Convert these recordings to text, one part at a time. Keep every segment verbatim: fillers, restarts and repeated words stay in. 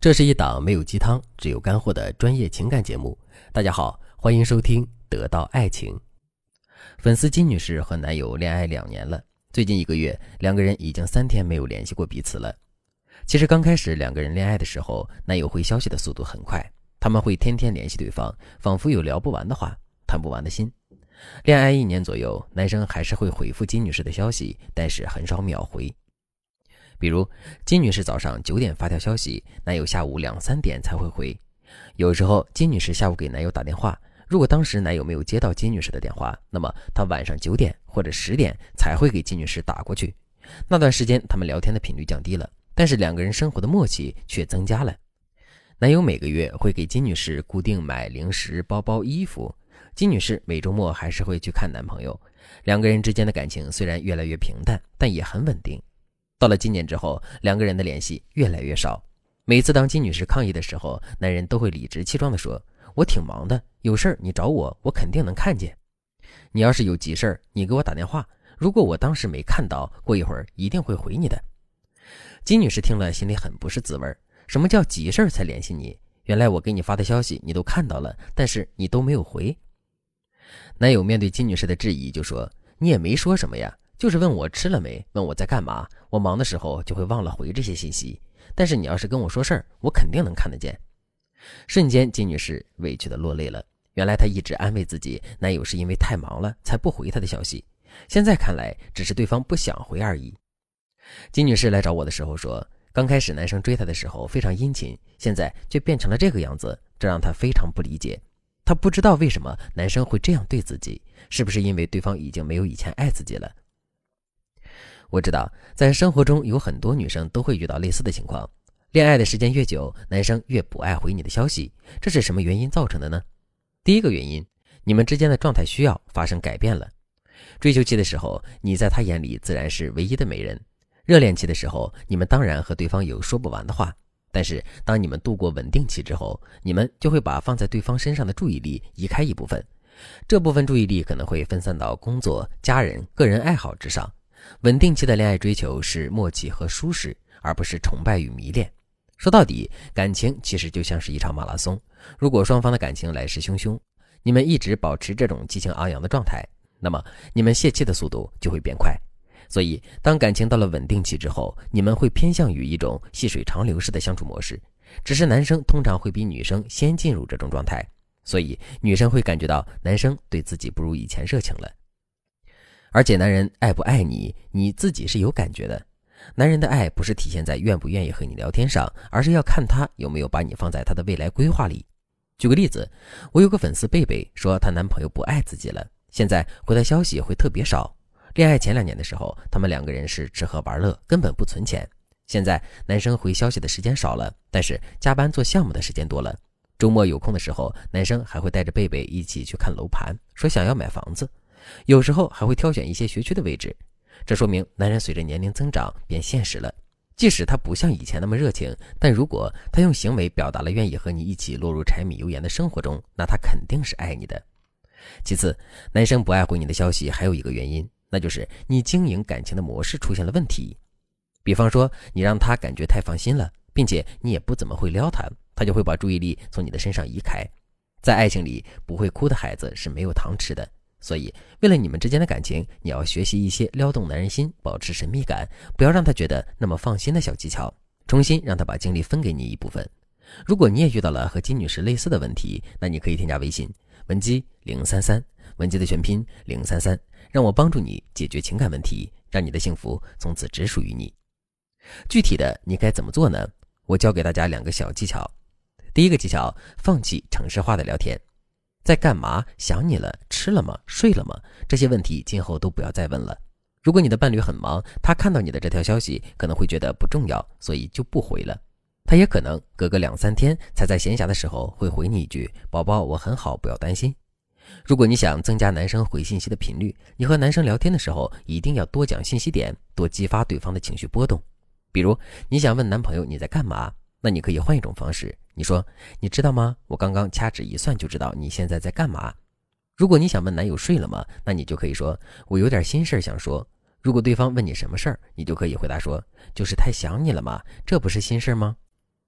这是一档没有鸡汤只有干货的专业情感节目。大家好，欢迎收听得到爱情。粉丝金女士和男友恋爱两年了，最近一个月两个人已经三天没有联系过彼此了。其实刚开始两个人恋爱的时候，男友回消息的速度很快，他们会天天联系对方，仿佛有聊不完的话，谈不完的心。恋爱一年左右，男生还是会回复金女士的消息，但是很少秒回。比如金女士早上九点发条消息，男友下午两三点才会回。有时候金女士下午给男友打电话，如果当时男友没有接到金女士的电话，那么她晚上九点或者十点才会给金女士打过去。那段时间他们聊天的频率降低了，但是两个人生活的默契却增加了。男友每个月会给金女士固定买零食、包包、衣服，金女士每周末还是会去看男朋友。两个人之间的感情虽然越来越平淡，但也很稳定。到了今年之后，两个人的联系越来越少。每次当金女士抗议的时候，男人都会理直气壮地说，我挺忙的，有事儿你找我，我肯定能看见。你要是有急事儿，你给我打电话，如果我当时没看到，过一会儿一定会回你的。金女士听了心里很不是滋味，什么叫急事儿才联系你？原来我给你发的消息你都看到了，但是你都没有回。男友面对金女士的质疑就说，你也没说什么呀，就是问我吃了没，问我在干嘛，我忙的时候就会忘了回这些信息，但是你要是跟我说事儿，我肯定能看得见。瞬间金女士委屈的落泪了，原来她一直安慰自己男友是因为太忙了才不回她的消息，现在看来只是对方不想回而已。金女士来找我的时候说，刚开始男生追她的时候非常殷勤，现在却变成了这个样子，这让她非常不理解。她不知道为什么男生会这样对自己，是不是因为对方已经没有以前爱自己了？我知道在生活中有很多女生都会遇到类似的情况，恋爱的时间越久，男生越不爱回你的消息，这是什么原因造成的呢？第一个原因，你们之间的状态需要发生改变了。追求期的时候，你在他眼里自然是唯一的美人。热恋期的时候，你们当然和对方有说不完的话，但是当你们度过稳定期之后，你们就会把放在对方身上的注意力移开一部分，这部分注意力可能会分散到工作、家人、个人爱好之上。稳定期的恋爱追求是默契和舒适，而不是崇拜与迷恋。说到底，感情其实就像是一场马拉松，如果双方的感情来势汹汹，你们一直保持这种激情昂扬的状态，那么你们泄气的速度就会变快。所以当感情到了稳定期之后，你们会偏向于一种细水长流式的相处模式，只是男生通常会比女生先进入这种状态，所以女生会感觉到男生对自己不如以前热情了。而且男人爱不爱你，你自己是有感觉的。男人的爱不是体现在愿不愿意和你聊天上，而是要看他有没有把你放在他的未来规划里。举个例子，我有个粉丝贝贝说她男朋友不爱自己了，现在回她消息会特别少。恋爱前两年的时候，他们两个人是吃喝玩乐，根本不存钱。现在男生回消息的时间少了，但是加班做项目的时间多了。周末有空的时候，男生还会带着贝贝一起去看楼盘，说想要买房子。有时候还会挑选一些学区的位置，这说明男人随着年龄增长变现实了。即使他不像以前那么热情，但如果他用行为表达了愿意和你一起落入柴米油盐的生活中，那他肯定是爱你的。其次，男生不爱回你的消息还有一个原因，那就是你经营感情的模式出现了问题。比方说你让他感觉太放心了，并且你也不怎么会撩他，他就会把注意力从你的身上移开。在爱情里，不会哭的孩子是没有糖吃的，所以为了你们之间的感情，你要学习一些撩动男人心、保持神秘感，不要让他觉得那么放心的小技巧，重新让他把精力分给你一部分。如果你也遇到了和金女士类似的问题，那你可以添加微信文姬零三三，文姬的全拼零三三，让我帮助你解决情感问题，让你的幸福从此只属于你。具体的你该怎么做呢？我教给大家两个小技巧。第一个技巧，放弃程式化的聊天。在干嘛？想你了？吃了吗？睡了吗？这些问题今后都不要再问了。如果你的伴侣很忙，他看到你的这条消息可能会觉得不重要，所以就不回了。他也可能隔个两三天才在闲暇的时候会回你一句，宝宝我很好，不要担心。如果你想增加男生回信息的频率，你和男生聊天的时候一定要多讲信息点，多激发对方的情绪波动。比如你想问男朋友你在干嘛，那你可以换一种方式，你说你知道吗，我刚刚掐指一算就知道你现在在干嘛。如果你想问男友睡了吗，那你就可以说我有点心事想说。如果对方问你什么事儿，你就可以回答说就是太想你了嘛，这不是心事吗？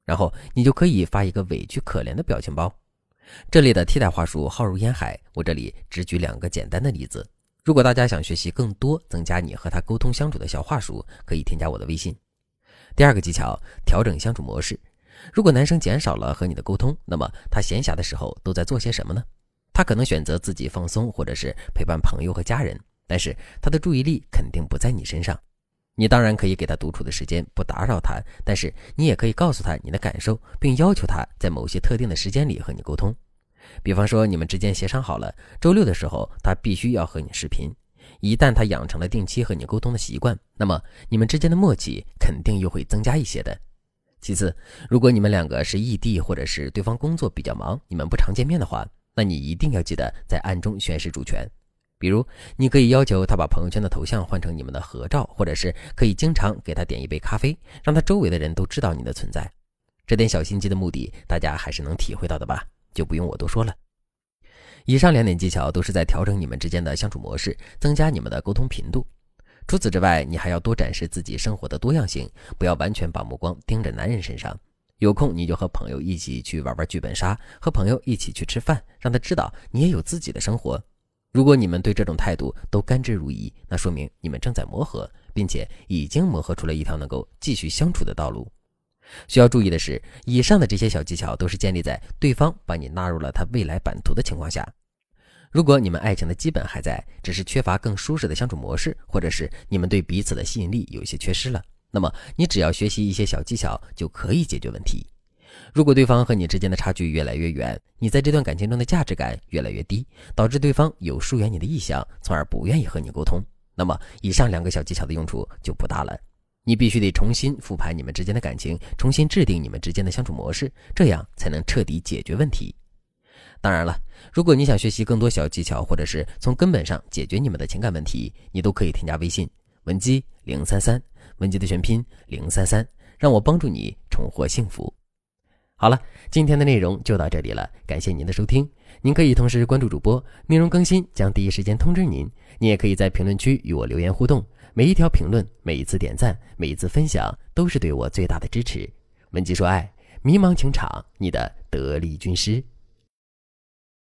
然后你就可以发一个委屈可怜的表情包。这类的替代话术浩如烟海，我这里只举两个简单的例子。如果大家想学习更多增加你和他沟通相处的小话术，可以添加我的微信。第二个技巧，调整相处模式。如果男生减少了和你的沟通，那么他闲暇的时候都在做些什么呢？他可能选择自己放松，或者是陪伴朋友和家人，但是他的注意力肯定不在你身上。你当然可以给他独处的时间，不打扰他，但是你也可以告诉他你的感受，并要求他在某些特定的时间里和你沟通。比方说你们之间协商好了，周六的时候他必须要和你视频。一旦他养成了定期和你沟通的习惯，那么你们之间的默契肯定又会增加一些的。其次，如果你们两个是异地，或者是对方工作比较忙，你们不常见面的话，那你一定要记得在暗中宣示主权。比如你可以要求他把朋友圈的头像换成你们的合照，或者是可以经常给他点一杯咖啡，让他周围的人都知道你的存在。这点小心机的目的大家还是能体会到的吧，就不用我多说了。以上两点技巧都是在调整你们之间的相处模式，增加你们的沟通频度。除此之外，你还要多展示自己生活的多样性，不要完全把目光盯着男人身上。有空你就和朋友一起去玩玩剧本杀，和朋友一起去吃饭，让他知道你也有自己的生活。如果你们对这种态度都甘之如饴，那说明你们正在磨合，并且已经磨合出了一条能够继续相处的道路。需要注意的是，以上的这些小技巧都是建立在对方把你纳入了他未来版图的情况下。如果你们爱情的基本还在，只是缺乏更舒适的相处模式，或者是你们对彼此的吸引力有一些缺失了，那么你只要学习一些小技巧就可以解决问题。如果对方和你之间的差距越来越远，你在这段感情中的价值感越来越低，导致对方有疏远你的意向，从而不愿意和你沟通，那么以上两个小技巧的用处就不大了。你必须得重新复盘你们之间的感情，重新制定你们之间的相处模式，这样才能彻底解决问题。当然了，如果你想学习更多小技巧，或者是从根本上解决你们的情感问题，你都可以添加微信文姬零三三，文姬的全拼零三三，让我帮助你重获幸福。好了，今天的内容就到这里了，感谢您的收听。您可以同时关注主播，内容更新将第一时间通知您。你也可以在评论区与我留言互动，每一条评论，每一次点赞，每一次分享，都是对我最大的支持。文姬说爱，迷茫情场，你的得力军师。